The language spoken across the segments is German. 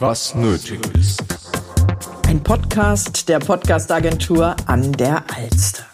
was nötig ist. Ein Podcast der Podcast-Agentur an der Alster.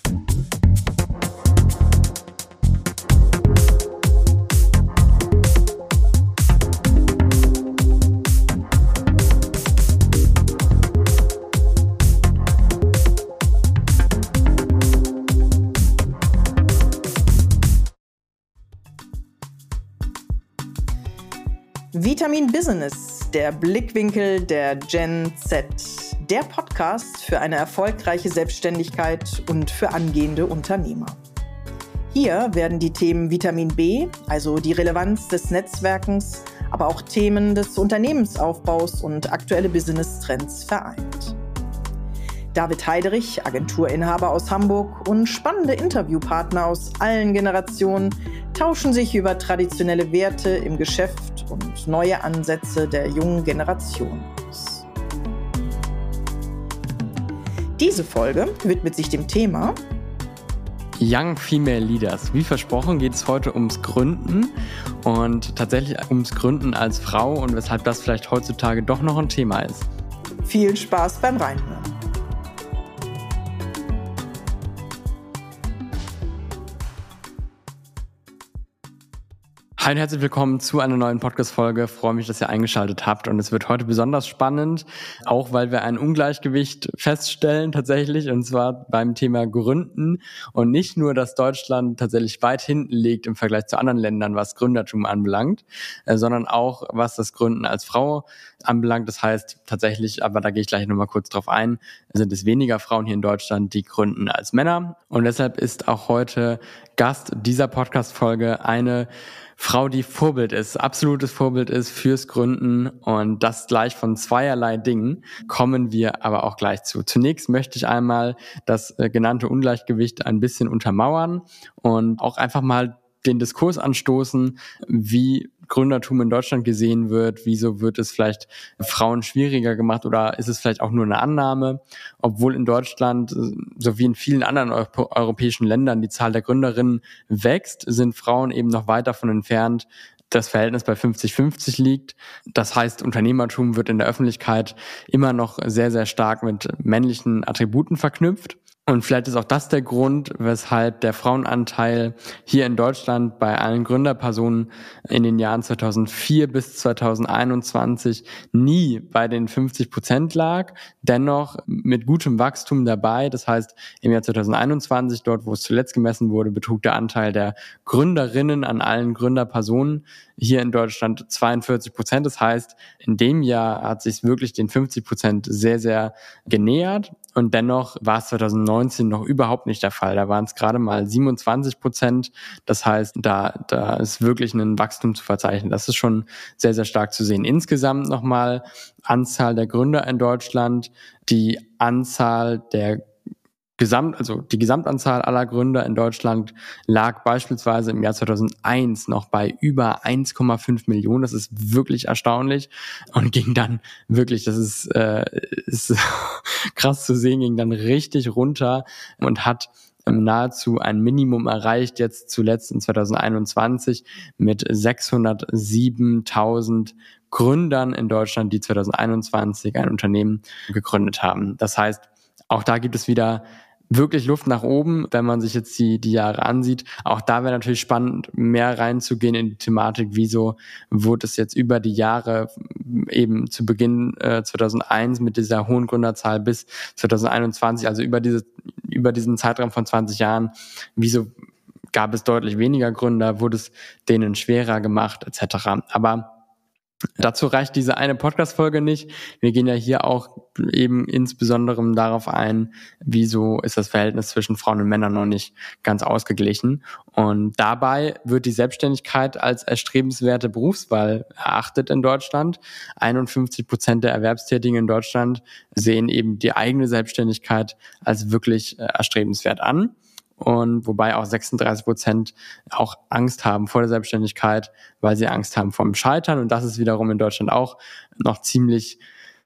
Vitamin Business, der Blickwinkel der Gen Z. Der Podcast für eine erfolgreiche Selbstständigkeit und für angehende Unternehmer. Hier werden die Themen Vitamin B, also die Relevanz des Netzwerkens, aber auch Themen des Unternehmensaufbaus und aktuelle Business-Trends vereint. David Heiderich, Agenturinhaber aus Hamburg, und spannende Interviewpartner aus allen Generationen tauschen sich über traditionelle Werte im Geschäft und neue Ansätze der jungen Generation aus. Diese Folge widmet sich dem Thema Young Female Leaders. Wie versprochen geht es heute ums Gründen und tatsächlich ums Gründen als Frau und weshalb das vielleicht heutzutage doch noch ein Thema ist. Viel Spaß beim Reinhören. Hi und herzlich willkommen zu einer neuen Podcast-Folge. Ich freue mich, dass ihr eingeschaltet habt, und es wird heute besonders spannend, auch weil wir ein Ungleichgewicht feststellen tatsächlich, und zwar beim Thema Gründen, und nicht nur, dass Deutschland tatsächlich weit hinten liegt im Vergleich zu anderen Ländern, was Gründertum anbelangt, sondern auch was das Gründen als Frau anbelangt. Das heißt tatsächlich, aber da gehe ich gleich nochmal kurz drauf ein, sind es weniger Frauen hier in Deutschland, die gründen, als Männer, und deshalb ist auch heute Gast dieser Podcast-Folge eine Frau, die Vorbild ist, absolutes Vorbild ist fürs Gründen, und das gleich von zweierlei Dingen, kommen wir aber auch gleich zu. Zunächst möchte ich einmal das genannte Ungleichgewicht ein bisschen untermauern und auch einfach mal den Diskurs anstoßen, wie Gründertum in Deutschland gesehen wird, wieso wird es vielleicht Frauen schwieriger gemacht oder ist es vielleicht auch nur eine Annahme, obwohl in Deutschland sowie in vielen anderen europäischen Ländern die Zahl der Gründerinnen wächst, sind Frauen eben noch weit davon entfernt, das Verhältnis bei 50-50 liegt. Das heißt, Unternehmertum wird in der Öffentlichkeit immer noch sehr, sehr stark mit männlichen Attributen verknüpft. Und vielleicht ist auch das der Grund, weshalb der Frauenanteil hier in Deutschland bei allen Gründerpersonen in den Jahren 2004 bis 2021 nie bei den 50% lag, dennoch mit gutem Wachstum dabei. Das heißt, im Jahr 2021, dort wo es zuletzt gemessen wurde, betrug der Anteil der Gründerinnen an allen Gründerpersonen hier in Deutschland 42%. Das heißt, in dem Jahr hat sich wirklich den 50% sehr, sehr genähert. Und dennoch war es 2019 noch überhaupt nicht der Fall. Da waren es gerade mal 27%. Das heißt, da ist wirklich ein Wachstum zu verzeichnen. Das ist schon sehr, sehr stark zu sehen. Insgesamt nochmal Anzahl der Gründer in Deutschland, die Anzahl der die Gesamtanzahl aller Gründer in Deutschland lag beispielsweise im Jahr 2001 noch bei über 1,5 Millionen. Das ist wirklich erstaunlich, und ging dann wirklich, das ist krass zu sehen, ging dann richtig runter und hat nahezu ein Minimum erreicht, jetzt zuletzt in 2021 mit 607.000 Gründern in Deutschland, die 2021 ein Unternehmen gegründet haben. Das heißt, auch da gibt es wieder wirklich Luft nach oben, wenn man sich jetzt die Jahre ansieht. Auch da wäre natürlich spannend, mehr reinzugehen in die Thematik, wieso wurde es jetzt über die Jahre eben zu Beginn 2001 mit dieser hohen Gründerzahl bis 2021, also über diesen Zeitraum von 20 Jahren, wieso gab es deutlich weniger Gründer, wurde es denen schwerer gemacht, etc. Aber dazu reicht diese eine Podcast-Folge nicht. Wir gehen ja hier auch eben insbesondere darauf ein, wieso ist das Verhältnis zwischen Frauen und Männern noch nicht ganz ausgeglichen. Und dabei wird die Selbstständigkeit als erstrebenswerte Berufswahl erachtet in Deutschland. 51% der Erwerbstätigen in Deutschland sehen eben die eigene Selbstständigkeit als wirklich erstrebenswert an. Und wobei auch 36% auch Angst haben vor der Selbstständigkeit, weil sie Angst haben vor dem Scheitern. Und das ist wiederum in Deutschland auch noch ziemlich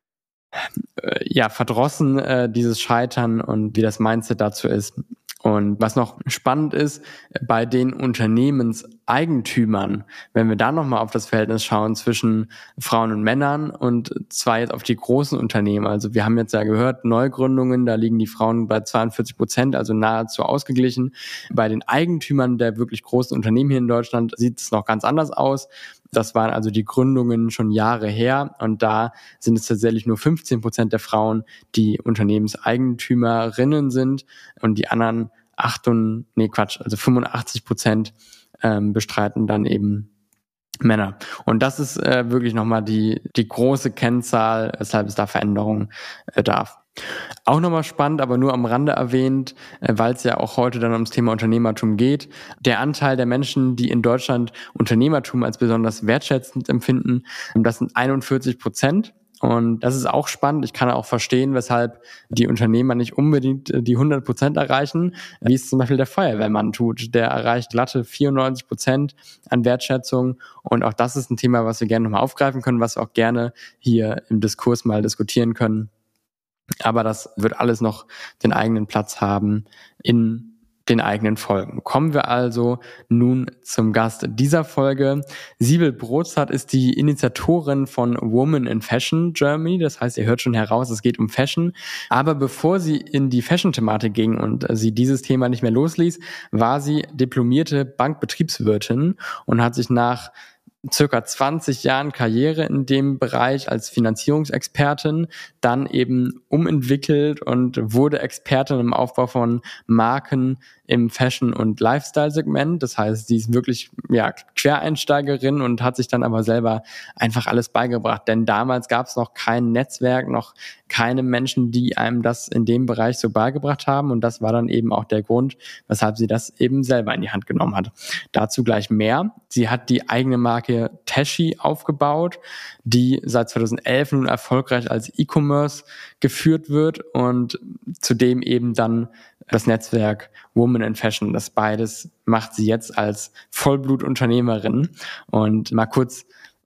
verdrossen, dieses Scheitern und wie das Mindset dazu ist. Und was noch spannend ist, bei den Unternehmensanteil Eigentümern, wenn wir da nochmal auf das Verhältnis schauen zwischen Frauen und Männern und zwar jetzt auf die großen Unternehmen. Also wir haben jetzt ja gehört, Neugründungen, da liegen die Frauen bei 42%, also nahezu ausgeglichen. Bei den Eigentümern der wirklich großen Unternehmen hier in Deutschland sieht es noch ganz anders aus. Das waren also die Gründungen schon Jahre her und da sind es tatsächlich nur 15% der Frauen, die Unternehmenseigentümerinnen sind und die anderen 85% bestreiten dann eben Männer. Und das ist wirklich nochmal die große Kennzahl, weshalb es da Veränderungen bedarf. Auch nochmal spannend, aber nur am Rande erwähnt, weil es ja auch heute dann ums Thema Unternehmertum geht. Der Anteil der Menschen, die in Deutschland Unternehmertum als besonders wertschätzend empfinden, das sind 41%. Und das ist auch spannend. Ich kann auch verstehen, weshalb die Unternehmer nicht unbedingt die 100% erreichen, wie es zum Beispiel der Feuerwehrmann tut. Der erreicht glatte 94% an Wertschätzung. Und auch das ist ein Thema, was wir gerne nochmal aufgreifen können, was wir auch gerne hier im Diskurs mal diskutieren können. Aber das wird alles noch den eigenen Platz haben in den eigenen Folgen. Kommen wir also nun zum Gast dieser Folge. Sibyl Brozart ist die Initiatorin von Women in Fashion Germany. Das heißt, ihr hört schon heraus, es geht um Fashion. Aber bevor sie in die Fashion-Thematik ging und sie dieses Thema nicht mehr losließ, war sie diplomierte Bankbetriebswirtin und hat sich nach circa 20 Jahren Karriere in dem Bereich als Finanzierungsexpertin dann eben umentwickelt und wurde Expertin im Aufbau von Marken im Fashion- und Lifestyle-Segment. Das heißt, sie ist wirklich Quereinsteigerin und hat sich dann aber selber einfach alles beigebracht. Denn damals gab es noch kein Netzwerk, noch keine Menschen, die einem das in dem Bereich so beigebracht haben. Und das war dann eben auch der Grund, weshalb sie das eben selber in die Hand genommen hat. Dazu gleich mehr. Sie hat die eigene Marke Tashy aufgebaut, die seit 2011 nun erfolgreich als E-Commerce geführt wird und zudem eben dann das Netzwerk Women in Fashion. Das beides macht sie jetzt als Vollblutunternehmerin. Und mal kurz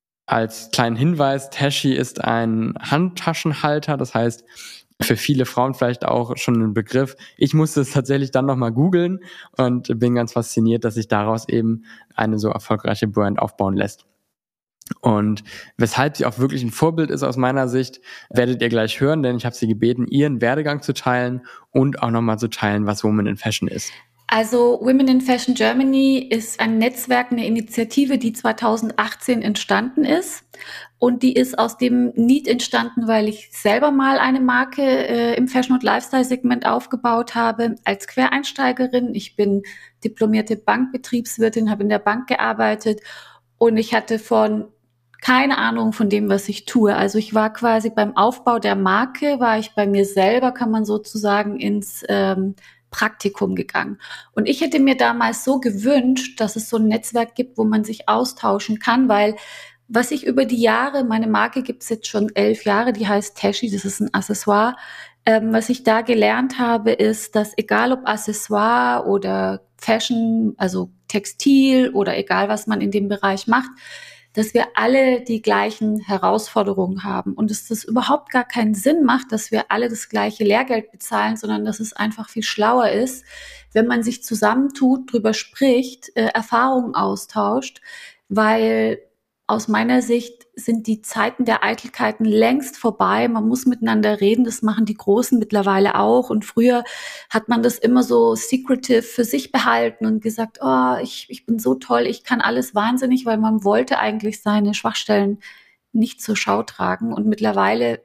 als kleinen Hinweis, Tashy ist ein Handtaschenhalter, das heißt für viele Frauen vielleicht auch schon ein Begriff. Ich musste es tatsächlich dann nochmal googeln und bin ganz fasziniert, dass sich daraus eben eine so erfolgreiche Brand aufbauen lässt. Und weshalb sie auch wirklich ein Vorbild ist aus meiner Sicht, werdet ihr gleich hören, denn ich habe sie gebeten, ihren Werdegang zu teilen und auch nochmal zu teilen, was Women in Fashion ist. Also Women in Fashion Germany ist ein Netzwerk, eine Initiative, die 2018 entstanden ist. Und die ist aus dem Need entstanden, weil ich selber mal eine Marke im Fashion- und Lifestyle-Segment aufgebaut habe als Quereinsteigerin. Ich bin diplomierte Bankbetriebswirtin, habe in der Bank gearbeitet und ich hatte keine Ahnung von dem, was ich tue. Also ich war quasi beim Aufbau der Marke, war ich bei mir selber, kann man sozusagen, ins Praktikum gegangen. Und ich hätte mir damals so gewünscht, dass es so ein Netzwerk gibt, wo man sich austauschen kann, weil was ich über die Jahre, meine Marke gibt es jetzt schon 11 Jahre, die heißt Tashy, das ist ein Accessoire. Was ich da gelernt habe, ist, dass egal ob Accessoire oder Fashion, also Textil oder egal was man in dem Bereich macht, dass wir alle die gleichen Herausforderungen haben und dass das überhaupt gar keinen Sinn macht, dass wir alle das gleiche Lehrgeld bezahlen, sondern dass es einfach viel schlauer ist, wenn man sich zusammentut, drüber spricht, Erfahrungen austauscht, weil aus meiner Sicht sind die Zeiten der Eitelkeiten längst vorbei. Man muss miteinander reden, das machen die Großen mittlerweile auch. Und früher hat man das immer so secretive für sich behalten und gesagt, oh, ich bin so toll, ich kann alles wahnsinnig, weil man wollte eigentlich seine Schwachstellen nicht zur Schau tragen. Und mittlerweile,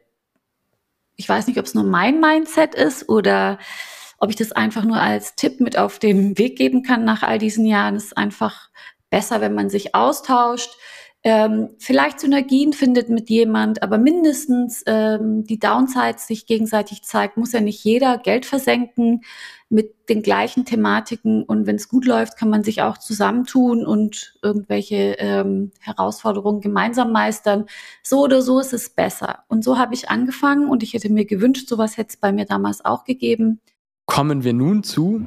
ich weiß nicht, ob es nur mein Mindset ist oder ob ich das einfach nur als Tipp mit auf den Weg geben kann nach all diesen Jahren. Es ist einfach besser, wenn man sich austauscht, vielleicht Synergien findet mit jemand, aber mindestens die Downsides sich gegenseitig zeigt. Muss ja nicht jeder Geld versenken mit den gleichen Thematiken. Und wenn es gut läuft, kann man sich auch zusammentun und irgendwelche Herausforderungen gemeinsam meistern. So oder so ist es besser. Und so habe ich angefangen und ich hätte mir gewünscht, sowas hätte es bei mir damals auch gegeben. Kommen wir nun zu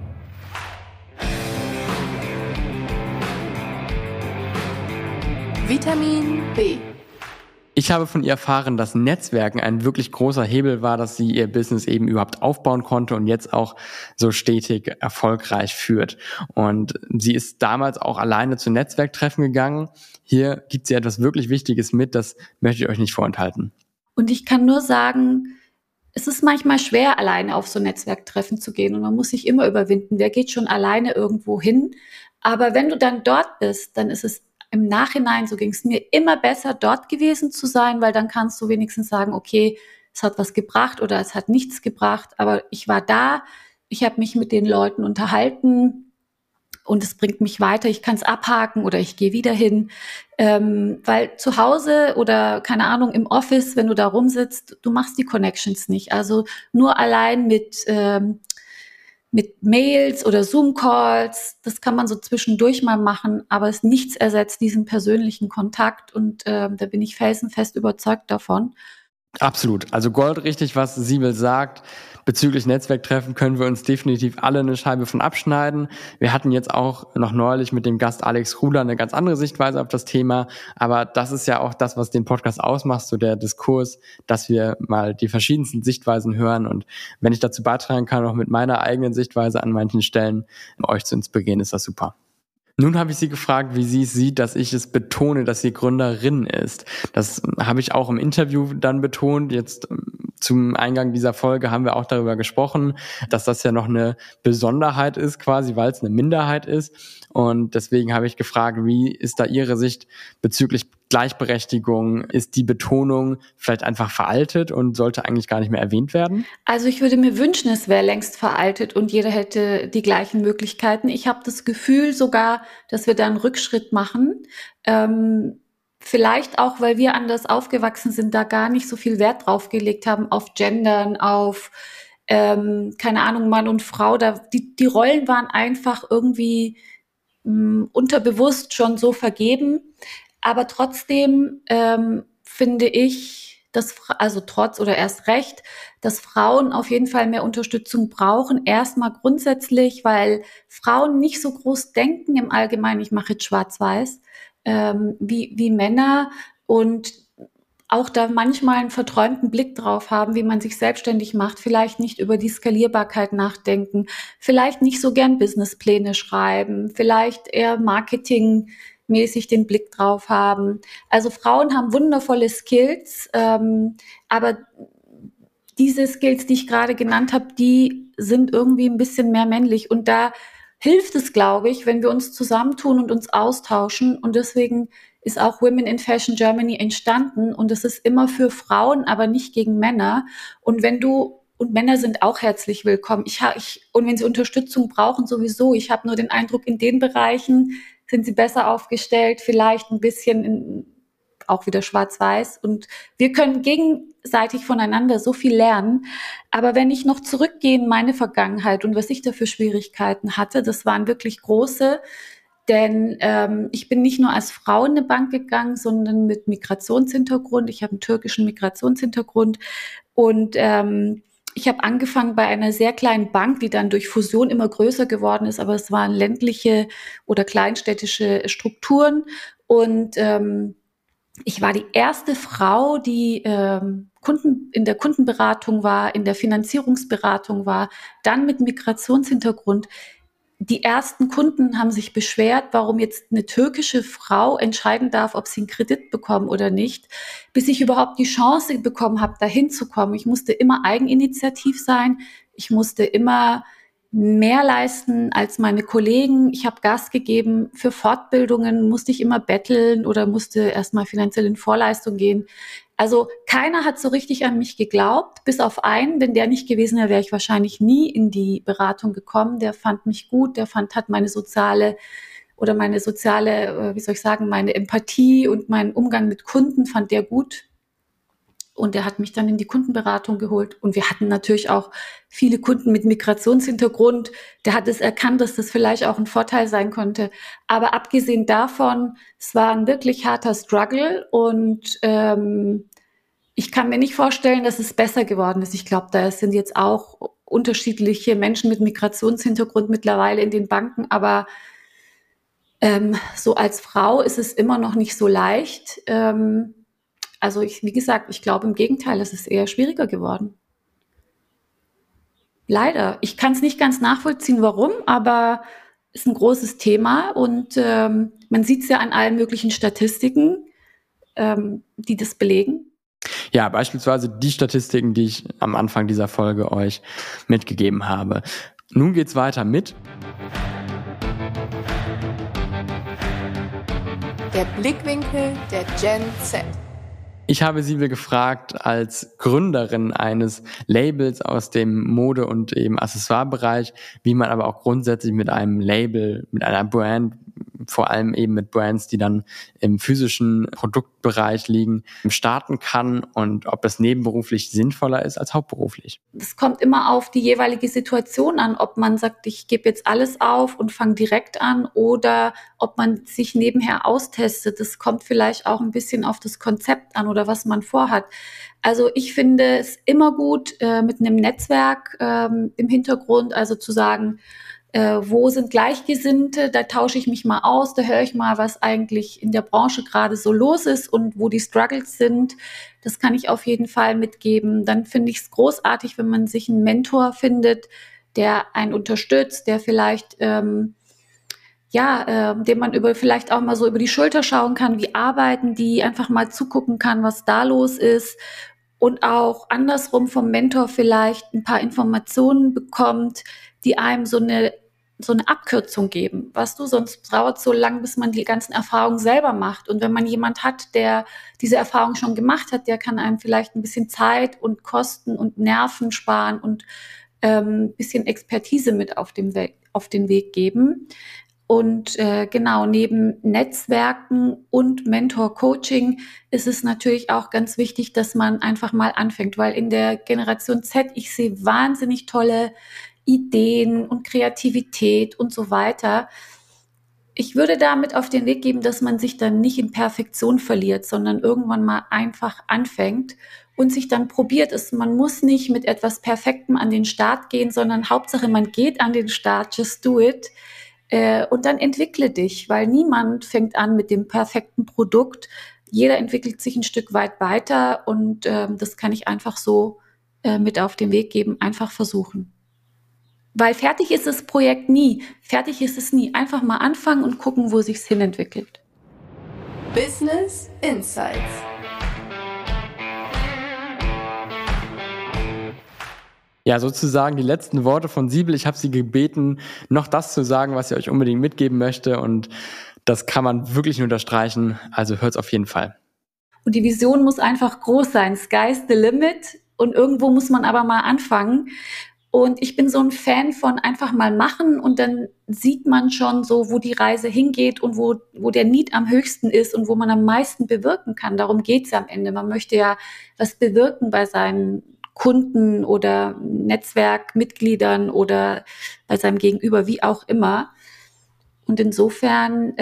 Vitamin B. Ich habe von ihr erfahren, dass Netzwerken ein wirklich großer Hebel war, dass sie ihr Business eben überhaupt aufbauen konnte und jetzt auch so stetig erfolgreich führt. Und sie ist damals auch alleine zu Netzwerktreffen gegangen. Hier gibt sie etwas wirklich Wichtiges mit, das möchte ich euch nicht vorenthalten. Und ich kann nur sagen, es ist manchmal schwer, alleine auf so Netzwerktreffen zu gehen und man muss sich immer überwinden. Wer geht schon alleine irgendwo hin? Aber wenn du dann dort bist, dann ist es im Nachhinein, so ging es mir, immer besser, dort gewesen zu sein, weil dann kannst du wenigstens sagen, okay, es hat was gebracht oder es hat nichts gebracht, aber ich war da, ich habe mich mit den Leuten unterhalten und es bringt mich weiter, ich kann es abhaken oder ich gehe wieder hin, weil zu Hause oder, keine Ahnung, im Office, wenn du da rumsitzt, du machst die Connections nicht, also nur allein mit Mails oder Zoom-Calls, das kann man so zwischendurch mal machen, aber es nichts ersetzt diesen persönlichen Kontakt und da bin ich felsenfest überzeugt davon. Absolut. Also goldrichtig, was Sibel sagt. Bezüglich Netzwerktreffen können wir uns definitiv alle eine Scheibe von abschneiden. Wir hatten jetzt auch noch neulich mit dem Gast Alex Ruler eine ganz andere Sichtweise auf das Thema. Aber das ist ja auch das, was den Podcast ausmacht, so der Diskurs, dass wir mal die verschiedensten Sichtweisen hören. Und wenn ich dazu beitragen kann, auch mit meiner eigenen Sichtweise an manchen Stellen, euch zu inspirieren, ist das super. Nun habe ich sie gefragt, wie sie es sieht, dass ich es betone, dass sie Gründerin ist. Das habe ich auch im Interview dann betont. Jetzt zum Eingang dieser Folge haben wir auch darüber gesprochen, dass das ja noch eine Besonderheit ist quasi, weil es eine Minderheit ist. Und deswegen habe ich gefragt, wie ist da Ihre Sicht bezüglich Gleichberechtigung? Ist die Betonung vielleicht einfach veraltet und sollte eigentlich gar nicht mehr erwähnt werden? Also ich würde mir wünschen, es wäre längst veraltet und jeder hätte die gleichen Möglichkeiten. Ich habe das Gefühl sogar, dass wir da einen Rückschritt machen. Vielleicht auch, weil wir anders aufgewachsen sind, da gar nicht so viel Wert drauf gelegt haben, auf Gendern, auf, keine Ahnung, Mann und Frau. Die Rollen waren einfach irgendwie unterbewusst schon so vergeben. Aber trotzdem finde ich, dass, also trotz oder erst recht, dass Frauen auf jeden Fall mehr Unterstützung brauchen. Erstmal grundsätzlich, weil Frauen nicht so groß denken im Allgemeinen, ich mache jetzt schwarz-weiß, wie Männer und auch da manchmal einen verträumten Blick drauf haben, wie man sich selbstständig macht, vielleicht nicht über die Skalierbarkeit nachdenken, vielleicht nicht so gern Businesspläne schreiben, vielleicht eher marketingmäßig den Blick drauf haben. Also Frauen haben wundervolle Skills, aber diese Skills, die ich gerade genannt habe, die sind irgendwie ein bisschen mehr männlich und da hilft es, glaube ich, wenn wir uns zusammentun und uns austauschen und deswegen ist auch Women in Fashion Germany entstanden und es ist immer für Frauen, aber nicht gegen Männer. Und Männer sind auch herzlich willkommen. Und wenn sie Unterstützung brauchen, sowieso. Ich habe nur den Eindruck, in den Bereichen sind sie besser aufgestellt, vielleicht ein bisschen auch wieder schwarz-weiß. Und wir können gegenseitig voneinander so viel lernen. Aber wenn ich noch zurückgehe in meine Vergangenheit und was ich da für Schwierigkeiten hatte, das waren wirklich große. Denn ich bin nicht nur als Frau in eine Bank gegangen, sondern mit Migrationshintergrund. Ich habe einen türkischen Migrationshintergrund und ich habe angefangen bei einer sehr kleinen Bank, die dann durch Fusion immer größer geworden ist, aber es waren ländliche oder kleinstädtische Strukturen und ich war die erste Frau, die in der Kundenberatung war, in der Finanzierungsberatung war, dann mit Migrationshintergrund. Die ersten Kunden haben sich beschwert, warum jetzt eine türkische Frau entscheiden darf, ob sie einen Kredit bekommen oder nicht, bis ich überhaupt die Chance bekommen habe, dahin zu kommen. Ich musste immer eigeninitiativ sein. Ich musste immer mehr leisten als meine Kollegen. Ich habe Gas gegeben. Für Fortbildungen musste ich immer betteln oder musste erstmal finanziell in Vorleistung gehen. Also keiner hat so richtig an mich geglaubt, bis auf einen. Wenn der nicht gewesen wäre, wäre ich wahrscheinlich nie in die Beratung gekommen. Der fand mich gut, hat meine soziale, wie soll ich sagen, meine Empathie und meinen Umgang mit Kunden fand der gut. Und der hat mich dann in die Kundenberatung geholt. Und wir hatten natürlich auch viele Kunden mit Migrationshintergrund. Der hat es erkannt, dass das vielleicht auch ein Vorteil sein konnte. Aber abgesehen davon, es war ein wirklich harter Struggle. Und ich kann mir nicht vorstellen, dass es besser geworden ist. Ich glaube, da sind jetzt auch unterschiedliche Menschen mit Migrationshintergrund mittlerweile in den Banken. Aber so als Frau ist es immer noch nicht so leicht. Also wie gesagt, ich glaube im Gegenteil, es ist eher schwieriger geworden. Leider. Ich kann es nicht ganz nachvollziehen, warum, aber ist ein großes Thema und man sieht es ja an allen möglichen Statistiken, die das belegen. Ja, beispielsweise die Statistiken, die ich am Anfang dieser Folge euch mitgegeben habe. Nun geht's weiter mit der Blickwinkel der Gen Z. Ich habe Sibylle gefragt, als Gründerin eines Labels aus dem Mode- und eben Accessoire-Bereich, wie man aber auch grundsätzlich mit einem Label, mit einer Brand, vor allem eben mit Brands, die dann im physischen Produktbereich liegen, starten kann und ob es nebenberuflich sinnvoller ist als hauptberuflich. Es kommt immer auf die jeweilige Situation an, ob man sagt, ich gebe jetzt alles auf und fange direkt an oder ob man sich nebenher austestet. Das kommt vielleicht auch ein bisschen auf das Konzept an oder was man vorhat. Also ich finde es immer gut, mit einem Netzwerk im Hintergrund, also zu sagen, wo sind Gleichgesinnte, da tausche ich mich mal aus, da höre ich mal, was eigentlich in der Branche gerade so los ist und wo die Struggles sind. Das kann ich auf jeden Fall mitgeben. Dann finde ich es großartig, wenn man sich einen Mentor findet, der einen unterstützt, der vielleicht, dem man vielleicht auch mal so über die Schulter schauen kann, wie arbeiten die, einfach mal zugucken kann, was da los ist und auch andersrum vom Mentor vielleicht ein paar Informationen bekommt, die einem so eine Abkürzung geben, weißt du, sonst dauert es so lang, bis man die ganzen Erfahrungen selber macht. Und wenn man jemand hat, der diese Erfahrung schon gemacht hat, der kann einem vielleicht ein bisschen Zeit und Kosten und Nerven sparen und ein bisschen Expertise mit auf den Weg geben. Und neben Netzwerken und Mentor-Coaching ist es natürlich auch ganz wichtig, dass man einfach mal anfängt, weil in der Generation Z, ich sehe wahnsinnig tolle Ideen und Kreativität und so weiter. Ich würde damit auf den Weg geben, dass man sich dann nicht in Perfektion verliert, sondern irgendwann mal einfach anfängt und sich dann probiert. Man muss nicht mit etwas Perfektem an den Start gehen, sondern Hauptsache, man geht an den Start, just do it. Und dann entwickle dich, weil niemand fängt an mit dem perfekten Produkt. Jeder entwickelt sich ein Stück weit weiter und das kann ich einfach so mit auf den Weg geben, einfach versuchen. Weil fertig ist das Projekt nie. Fertig ist es nie. Einfach mal anfangen und gucken, wo sich's hinentwickelt. Business Insights. Ja, sozusagen die letzten Worte von Sibylle. Ich habe sie gebeten, noch das zu sagen, was sie euch unbedingt mitgeben möchte. Und das kann man wirklich nur unterstreichen. Also hört's auf jeden Fall. Und die Vision muss einfach groß sein. Sky's the limit. Und irgendwo muss man aber mal anfangen. Und ich bin so ein Fan von einfach mal machen und dann sieht man schon so, wo die Reise hingeht und wo der Need am höchsten ist und wo man am meisten bewirken kann. Darum geht's ja am Ende. Man möchte ja was bewirken bei seinen Kunden oder Netzwerkmitgliedern oder bei seinem Gegenüber, wie auch immer. Und insofern,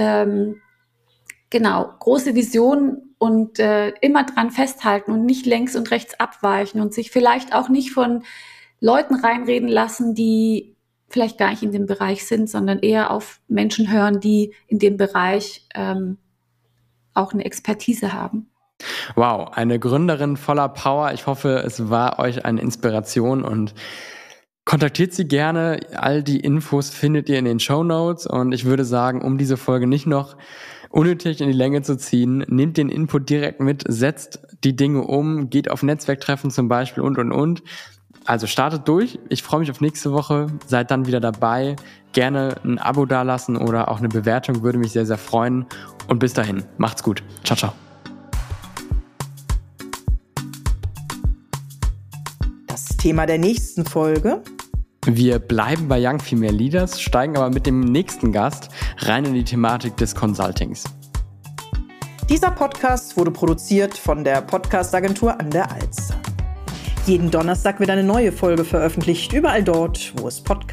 große Vision und immer dran festhalten und nicht längs und rechts abweichen und sich vielleicht auch nicht von Leuten reinreden lassen, die vielleicht gar nicht in dem Bereich sind, sondern eher auf Menschen hören, die in dem Bereich auch eine Expertise haben. Wow, eine Gründerin voller Power. Ich hoffe, es war euch eine Inspiration und kontaktiert sie gerne. All die Infos findet ihr in den Shownotes und ich würde sagen, um diese Folge nicht noch unnötig in die Länge zu ziehen, nehmt den Input direkt mit, setzt die Dinge um, geht auf Netzwerktreffen zum Beispiel und. Also startet durch. Ich freue mich auf nächste Woche. Seid dann wieder dabei. Gerne ein Abo dalassen oder auch eine Bewertung. Würde mich sehr, sehr freuen. Und bis dahin. Macht's gut. Ciao, ciao. Das Thema der nächsten Folge. Wir bleiben bei Young Female Leaders, steigen aber mit dem nächsten Gast rein in die Thematik des Consultings. Dieser Podcast wurde produziert von der Podcast-Agentur an der Alster. Jeden Donnerstag wird eine neue Folge veröffentlicht, überall dort, wo es Podcasts